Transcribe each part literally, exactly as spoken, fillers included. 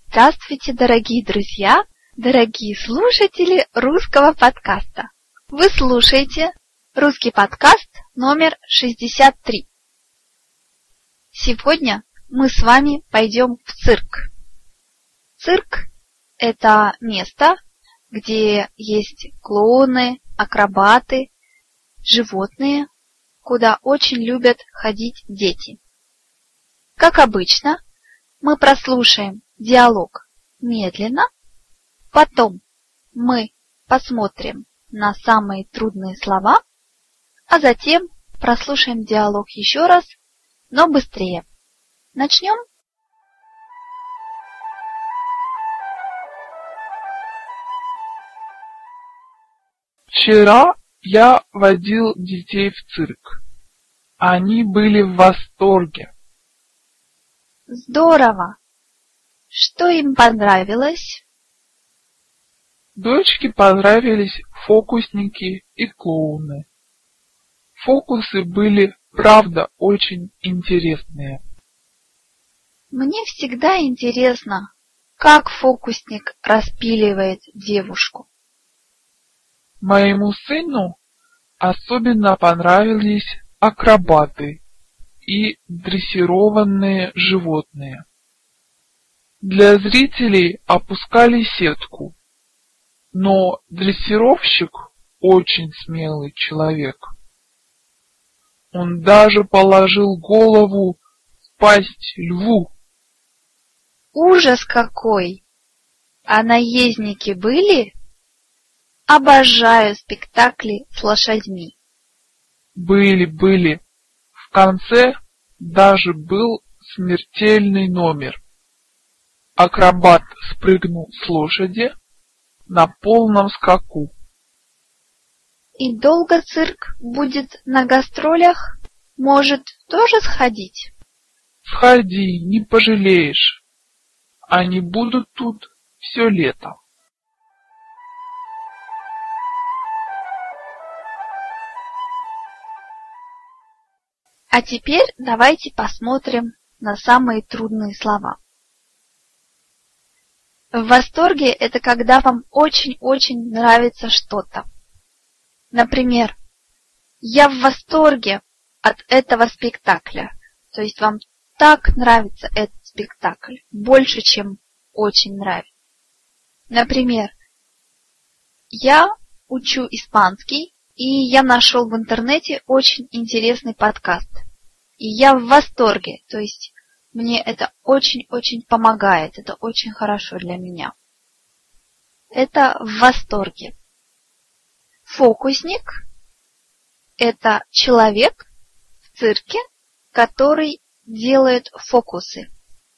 Здравствуйте, дорогие друзья, дорогие слушатели русского подкаста. Вы слушаете русский подкаст номер шестьдесят три. Сегодня мы с вами пойдем в цирк. Цирк – это место, где есть клоуны, акробаты, животные, куда очень любят ходить дети. Как обычно, мы прослушаем диалог медленно, потом мы посмотрим на самые трудные слова, а затем прослушаем диалог еще раз, но быстрее. Начнем? Вчера я водил детей в цирк. Они были в восторге. Здорово! Что им понравилось? Дочке понравились фокусники и клоуны. Фокусы были, правда, очень интересные. Мне всегда интересно, как фокусник распиливает девушку. Моему сыну особенно понравились акробаты и дрессированные животные. Для зрителей опускали сетку, но дрессировщик очень смелый человек. Он даже положил голову в пасть льву. Ужас какой! А наездники были? Обожаю спектакли с лошадьми. Были, были. В конце даже был смертельный номер. Акробат спрыгнул с лошади на полном скаку. И долго цирк будет на гастролях? Может, тоже сходить? Сходи, не пожалеешь. Они будут тут все лето. А теперь давайте посмотрим на самые трудные слова. В восторге – это когда вам очень-очень нравится что-то. Например, я в восторге от этого спектакля. То есть вам так нравится этот спектакль, больше, чем очень нравится. Например, я учу испанский, и я нашел в интернете очень интересный подкаст. И я в восторге, то есть мне это очень-очень помогает, это очень хорошо для меня. Это в восторге. Фокусник – это человек в цирке, который делает фокусы.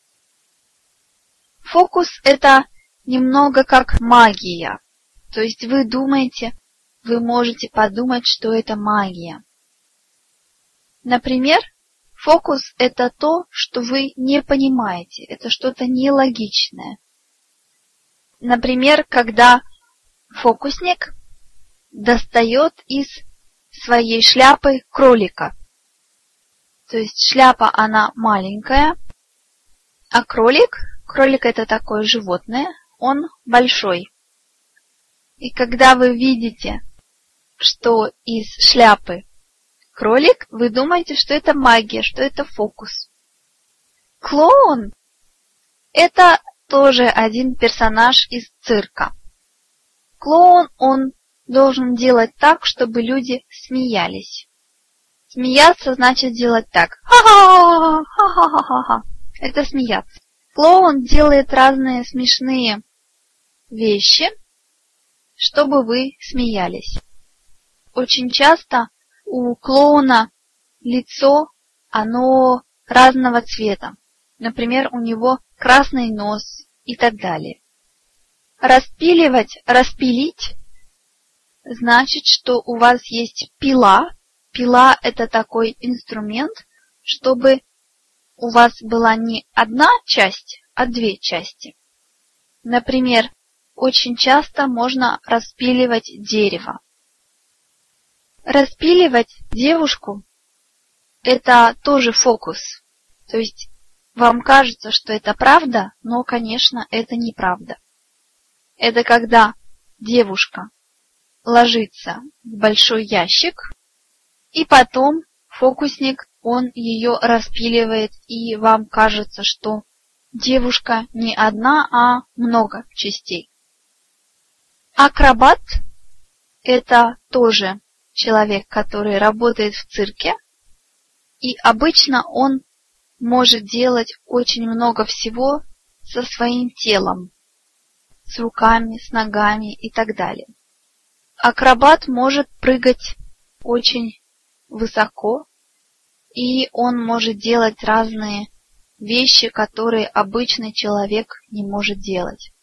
Фокус – это немного как магия. То есть вы думаете, вы можете подумать, что это магия. Например, фокус – это то, что вы не понимаете, это что-то нелогичное. Например, когда фокусник достает из своей шляпы кролика. То есть шляпа, она маленькая, а кролик, кролик это такое животное, он большой. И когда вы видите, что из шляпы кролик, вы думаете, что это магия, что это фокус. Клоун – это тоже один персонаж из цирка. Клоун, он должен делать так, чтобы люди смеялись. Смеяться значит делать так. Ха-ха, ха-ха-ха-ха. Это смеяться. Клоун делает разные смешные вещи, чтобы вы смеялись. Очень часто у клоуна лицо, оно разного цвета. Например, у него красный нос и так далее. Распиливать, распилить, значит, что у вас есть пила. Пила – это такой инструмент, чтобы у вас была не одна часть, а две части. Например, очень часто можно распиливать дерево. Распиливать девушку – это тоже фокус. То есть Вам кажется, что это правда, но, конечно, это неправда. Это когда девушка ложится в большой ящик, и потом фокусник, он ее распиливает, и вам кажется, что девушка не одна, а много частей. Акробат – это тоже человек, который работает в цирке, и обычно он может делать очень много всего со своим телом, с руками, с ногами и так далее. Акробат может прыгать очень высоко, и он может делать разные вещи, которые обычный человек не может делать.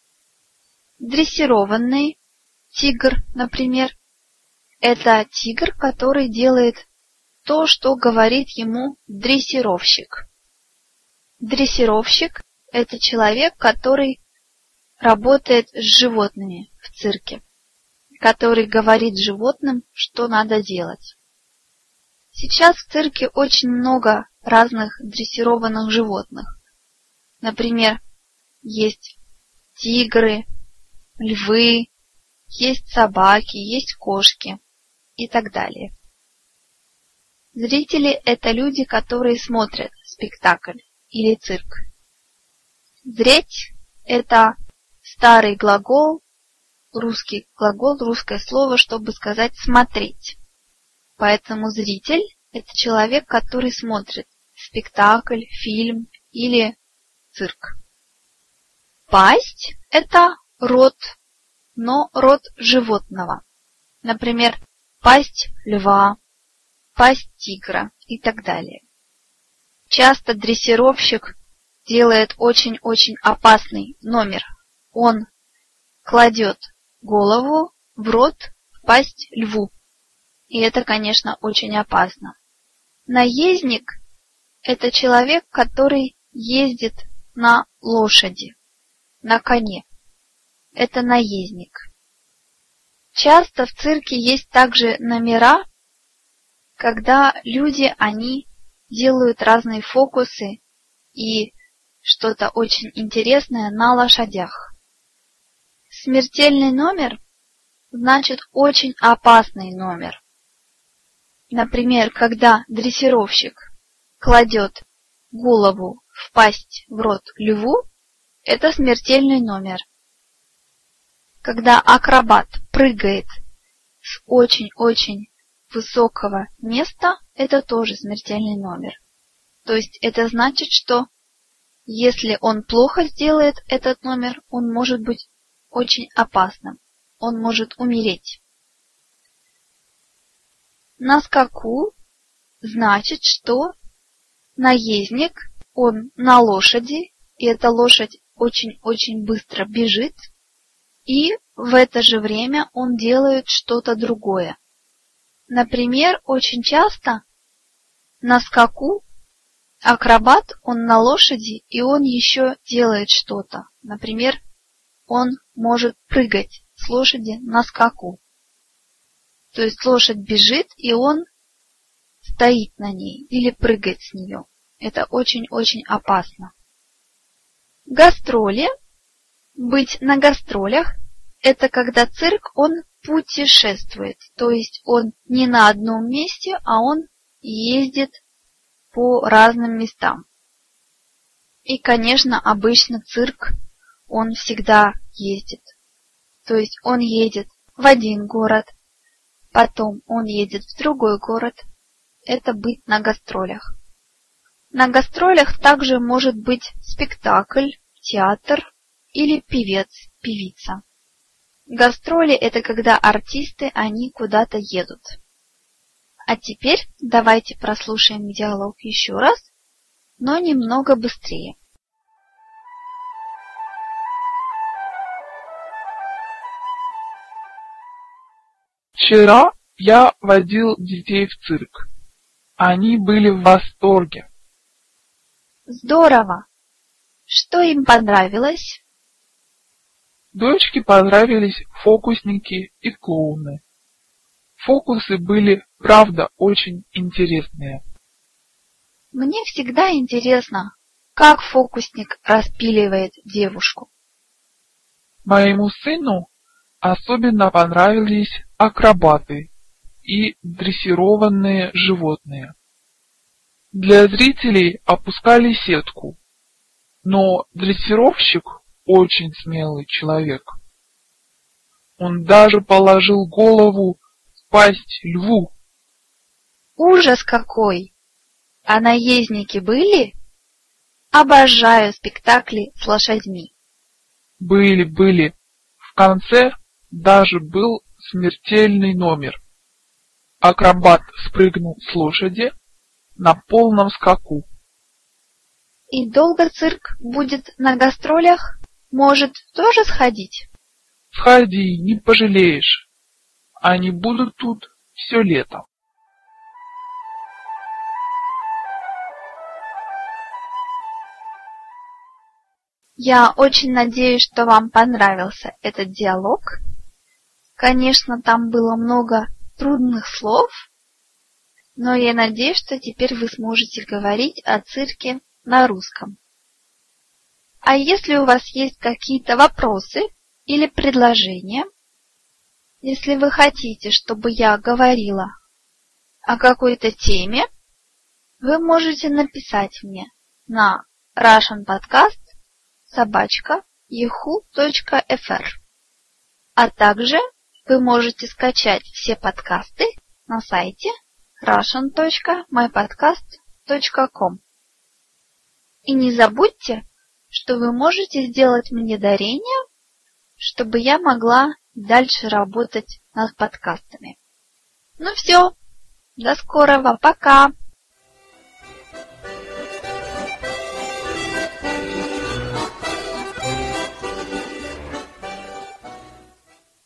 Дрессированный тигр, например, это тигр, который делает то, что говорит ему дрессировщик. Дрессировщик – это человек, который работает с животными в цирке, который говорит животным, что надо делать. Сейчас в цирке очень много разных дрессированных животных. Например, есть тигры, львы, есть собаки, есть кошки и так далее. Зрители – это люди, которые смотрят спектакль или цирк. Зреть – это старый глагол, русский глагол, русское слово, чтобы сказать «смотреть». Поэтому зритель – это человек, который смотрит спектакль, фильм или цирк. Пасть – это рот, но рот животного. Например, пасть льва, пасть тигра и так далее. Часто дрессировщик делает очень-очень опасный номер. Он кладет голову в рот, в пасть льву. И это, конечно, очень опасно. Наездник – это человек, который ездит на лошади, на коне. Это наездник. Часто в цирке есть также номера, когда люди, они делают разные фокусы и что-то очень интересное на лошадях. Смертельный номер значит очень опасный номер. Например, когда дрессировщик кладет голову в пасть в рот льву, это смертельный номер. Когда акробат прыгает с очень-очень высокого места, это тоже смертельный номер. То есть это значит, что если он плохо сделает этот номер, он может быть очень опасным. Он может умереть. На скаку значит, что наездник, он на лошади, и эта лошадь очень-очень быстро бежит, и в это же время он делает что-то другое. Например, очень часто на скаку акробат, он на лошади, и он еще делает что-то. Например, он может прыгать с лошади на скаку. То есть лошадь бежит, и он стоит на ней или прыгает с нее. Это очень-очень опасно. Гастроли. Быть на гастролях – это когда цирк, он путешествует. То есть он не на одном месте, а он ездит по разным местам. И, конечно, обычно цирк, он всегда ездит. То есть он едет в один город, потом он едет в другой город. Это быть на гастролях. На гастролях также может быть спектакль, театр или певец, певица. Гастроли – это когда артисты, они куда-то едут. А теперь давайте прослушаем диалог еще раз, но немного быстрее. Вчера я водил детей в цирк. Они были в восторге. Здорово! Что им понравилось? Дочке понравились фокусники и клоуны. Фокусы были, правда, очень интересные. Мне всегда интересно, Как фокусник распиливает девушку? Моему сыну особенно понравились акробаты и дрессированные животные. Для зрителей опускали сетку, но дрессировщик очень смелый человек. Он даже положил голову в пасть льву. Ужас какой! А наездники были? Обожаю спектакли с лошадьми. Были, были. В конце даже был смертельный номер. Акробат спрыгнул с лошади на полном скаку. И долго цирк будет на гастролях? Может, тоже сходить? Сходи, не пожалеешь. Они будут тут все лето. Я очень надеюсь, что вам понравился этот диалог. Конечно, там было много трудных слов, но я надеюсь, что теперь вы сможете говорить о цирке на русском. А если у вас есть какие-то вопросы или предложения, если вы хотите, чтобы я говорила о какой-то теме, вы можете написать мне на russian podcast собака yahoo точка эф эр. А также вы можете скачать все подкасты на сайте russian точка my podcast точка com. И не забудьте, что вы можете сделать мне дарение, чтобы я могла дальше работать над подкастами. Ну все, до скорого, пока!